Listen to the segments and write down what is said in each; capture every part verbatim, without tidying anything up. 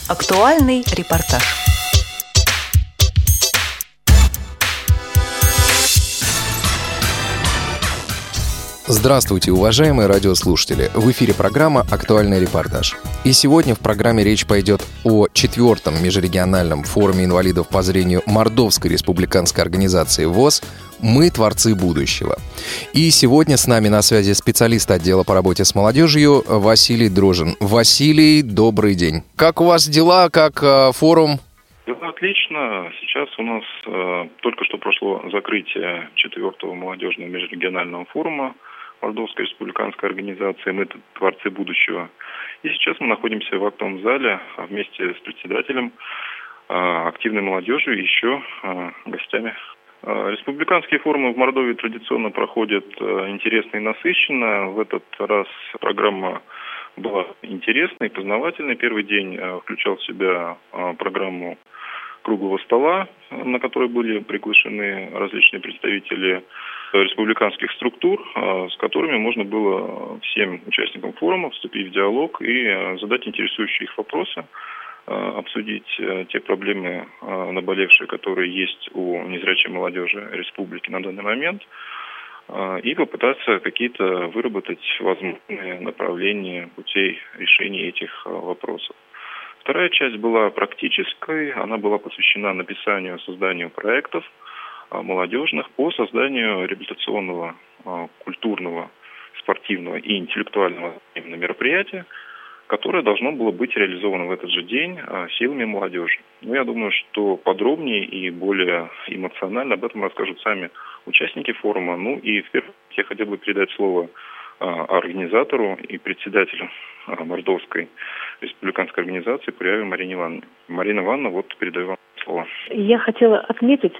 Актуальный репортаж. Здравствуйте, уважаемые радиослушатели! В эфире программа «Актуальный репортаж». И сегодня в программе речь пойдет о четвертом межрегиональном форуме инвалидов по зрению Мордовской республиканской организации ВОС «Мы – творцы будущего». И сегодня с нами на связи специалист отдела по работе с молодежью Василий Дрожин. Василий, добрый день. Как у вас дела, как э, форум? Отлично. Сейчас у нас э, только что прошло закрытие четвертого молодежного межрегионального форума Мордовской республиканской организации «Мы – творцы будущего». И сейчас мы находимся в актовом зале вместе с председателем, э, активной молодежью и еще э, гостями. Э, республиканские форумы в Мордовии традиционно проходят э, интересно и насыщенно. В этот раз программа была интересной и познавательной. Первый день э, включал в себя э, программу круглого стола, на который были приглашены различные представители республиканских структур, с которыми можно было всем участникам форума вступить в диалог и задать интересующие их вопросы, обсудить те проблемы наболевшие, которые есть у незрячей молодежи республики на данный момент, и попытаться какие-то выработать возможные направления путей решения этих вопросов. Вторая часть была практической, она была посвящена написанию, созданию проектов молодежных по созданию реабилитационного, культурного, спортивного и интеллектуального мероприятия, которое должно было быть реализовано в этот же день силами молодежи. Ну, я думаю, что подробнее и более эмоционально об этом расскажут сами участники форума. Ну и в первую очередь я хотел бы передать слово организатору и председателю Мордовской республиканской организации Куряве Марине Ивановне. Марина Ивановна, вот передаю вам слово. Я хотела отметить,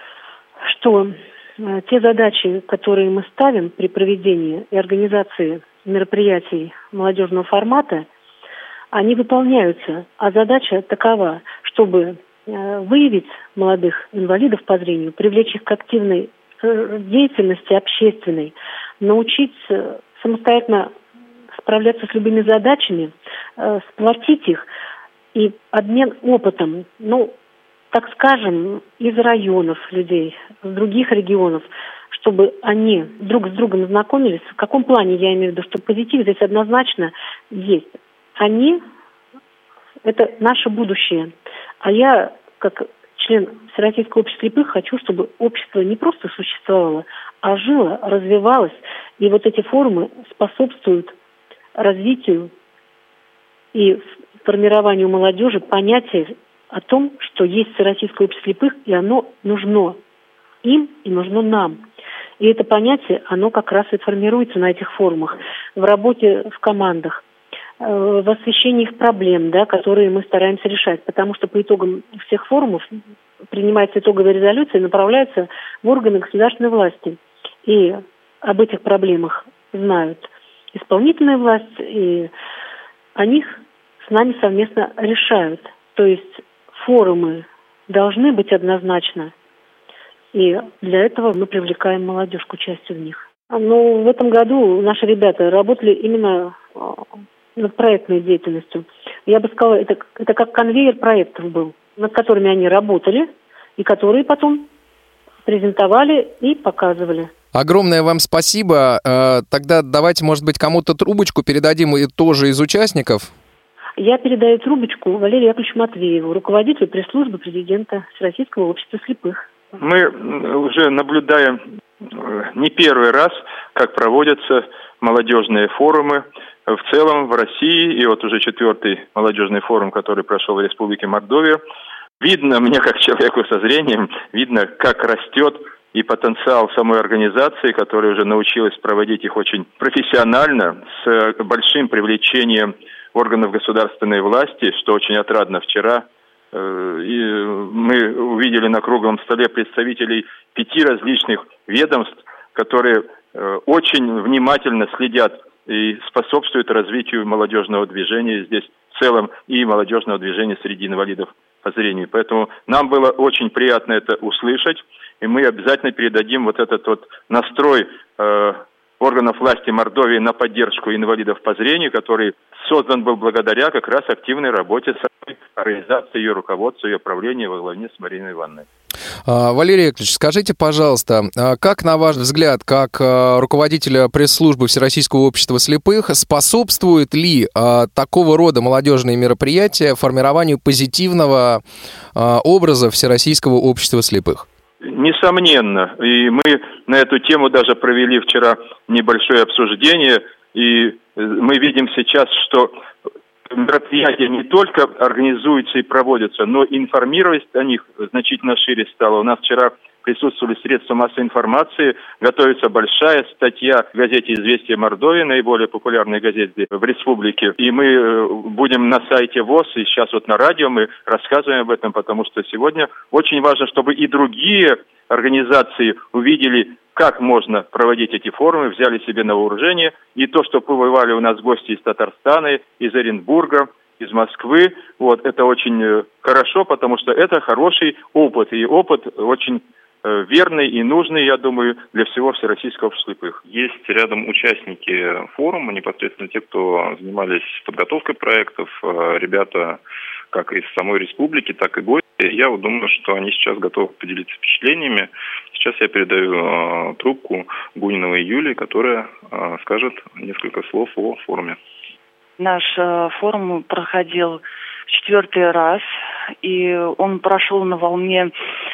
что те задачи, которые мы ставим при проведении и организации мероприятий молодежного формата, они выполняются. А задача такова, чтобы выявить молодых инвалидов по зрению, привлечь их к активной деятельности общественной, научить самостоятельно справляться с любыми задачами, э, сплотить их и обмен опытом, ну, так скажем, из районов людей, с других регионов, чтобы они друг с другом знакомились. В каком плане я имею в виду, что позитив здесь однозначно есть. Они – это наше будущее. А я, как член Всероссийского общества слепых, хочу, чтобы общество не просто существовало, а жило, развивалось. И вот эти форумы способствуют развитию и формированию молодежи понятия о том, что есть Всероссийское общество слепых, и оно нужно им и нужно нам. И это понятие, оно как раз и формируется на этих форумах, в работе в командах, в освещении их проблем, да, которые мы стараемся решать. Потому что по итогам всех форумов принимается итоговая резолюция и направляется в органы государственной власти. И об этих проблемах знают исполнительная власть, и о них с нами совместно решают. То есть форумы должны быть однозначно, и для этого мы привлекаем молодежь к участию в них. Но в этом году наши ребята работали именно над проектной деятельностью. Я бы сказала, это, это как конвейер проектов был, над которыми они работали, и которые потом презентовали и показывали. Огромное вам спасибо. Тогда давайте, может быть, кому-то трубочку передадим и тоже из участников. Я передаю трубочку Валерию Яковлевичу Матвееву, руководителю пресс-службы президента Всероссийского общества слепых. Мы уже наблюдаем не первый раз, как проводятся молодежные форумы в целом в России. И вот уже четвертый молодежный форум, который прошел в Республике Мордовия. Видно, мне как человеку со зрением, видно, как растет и потенциал самой организации, которая уже научилась проводить их очень профессионально, с большим привлечением органов государственной власти, что очень отрадно. Вчера э, и мы увидели на круглом столе представителей пяти различных ведомств, которые э, очень внимательно следят и способствуют развитию молодежного движения здесь в целом и молодежного движения среди инвалидов по зрению. Поэтому нам было очень приятно это услышать, и мы обязательно передадим вот этот вот настрой э, органов власти Мордовии на поддержку инвалидов по зрению, которые создан был благодаря как раз активной работе самой организации, ее руководства, ее правления во главе с Мариной Ивановной. Валерий Яковлевич, скажите, пожалуйста, как, на ваш взгляд, как руководителя пресс-службы Всероссийского общества слепых, способствует ли такого рода молодежные мероприятия формированию позитивного образа Всероссийского общества слепых? Несомненно. И мы на эту тему даже провели вчера небольшое обсуждение, и мы видим сейчас, что мероприятия не только организуются и проводятся, но информированность о них значительно шире стала. У нас вчера присутствовали средства массовой информации, готовится большая статья в газете «Известия Мордовии», наиболее популярной газете в республике. И мы будем на сайте ВОС, и сейчас вот на радио мы рассказываем об этом, потому что сегодня очень важно, чтобы и другие организации увидели, как можно проводить эти форумы, взяли себе на вооружение. И то, что побывали у нас гости из Татарстана, из Оренбурга, из Москвы, вот, это очень хорошо, потому что это хороший опыт, и опыт очень верный и нужный, я думаю, для всего Всероссийского общества слепых. Есть рядом участники форума, непосредственно те, кто занимались подготовкой проектов, ребята как из самой республики, так и гости. Я вот думаю, что они сейчас готовы поделиться впечатлениями. Сейчас я передаю э, трубку Гуниновой Юлии, которая э, скажет несколько слов о форуме. Наш э, форум проходил в четвертый раз, и он прошел на волне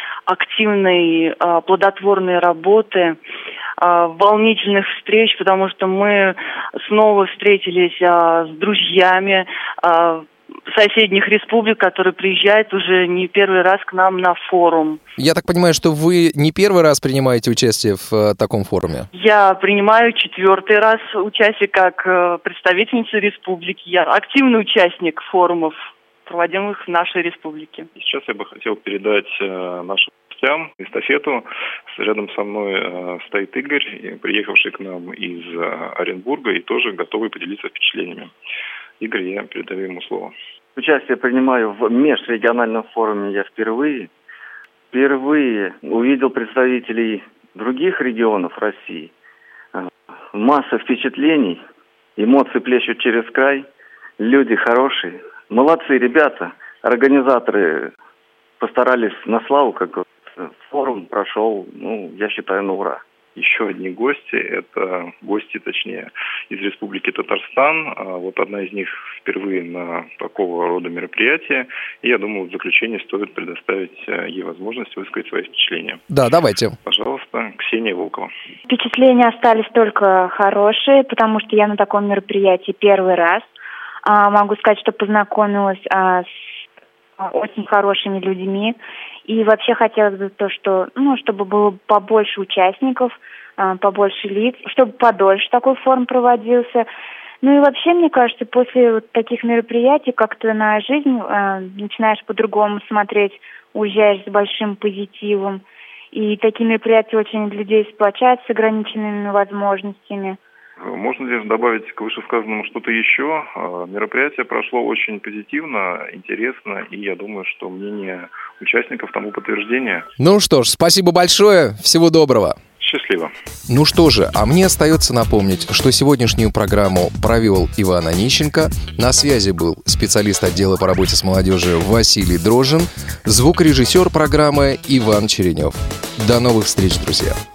активной, э, плодотворной работы, э, волнительных встреч, потому что мы снова встретились э, с друзьями, э, соседних республик, которые приезжают уже не первый раз к нам на форум. Я так понимаю, что вы не первый раз принимаете участие в э, таком форуме? Я принимаю четвертый раз участие как э, представительница республики. Я активный участник форумов, проводимых в нашей республике. Сейчас я бы хотел передать э, нашим гостям эстафету. Рядом со мной э, стоит Игорь, приехавший к нам из э, Оренбурга и тоже готовый поделиться впечатлениями. Игорь, я передаю ему слово. Участие принимаю в межрегиональном форуме я впервые. Впервые увидел представителей других регионов России. Масса впечатлений, эмоции плещут через край. Люди хорошие. Молодцы ребята. Организаторы постарались на славу, как говорится. Форум прошел, ну, я считаю, на ура. Еще одни гости, это гости, точнее, из Республики Татарстан. Вот одна из них впервые на такого рода мероприятии. И я думаю, в заключение стоит предоставить ей возможность высказать свои впечатления. Да, давайте. Пожалуйста, Ксения Волкова. Впечатления остались только хорошие, потому что я на таком мероприятии первый раз. А, могу сказать, что познакомилась а, с очень хорошими людьми. И вообще хотелось бы то, что, ну, чтобы было побольше участников, побольше лиц, чтобы подольше такой форум проводился. Ну и вообще, мне кажется, после вот таких мероприятий как-то на жизнь э, начинаешь по-другому смотреть, уезжаешь с большим позитивом. И такие мероприятия очень людей сплочают с ограниченными возможностями. Можно ли добавить к вышесказанному что-то еще? Мероприятие прошло очень позитивно, интересно, и я думаю, что мнение участников тому подтверждение. Ну что ж, спасибо большое, всего доброго. Счастливо. Ну что же, а мне остается напомнить, что сегодняшнюю программу провел Иван Онищенко, на связи был специалист отдела по работе с молодежью Василий Дрожжин, звукорежиссер программы Иван Черенев. До новых встреч, друзья.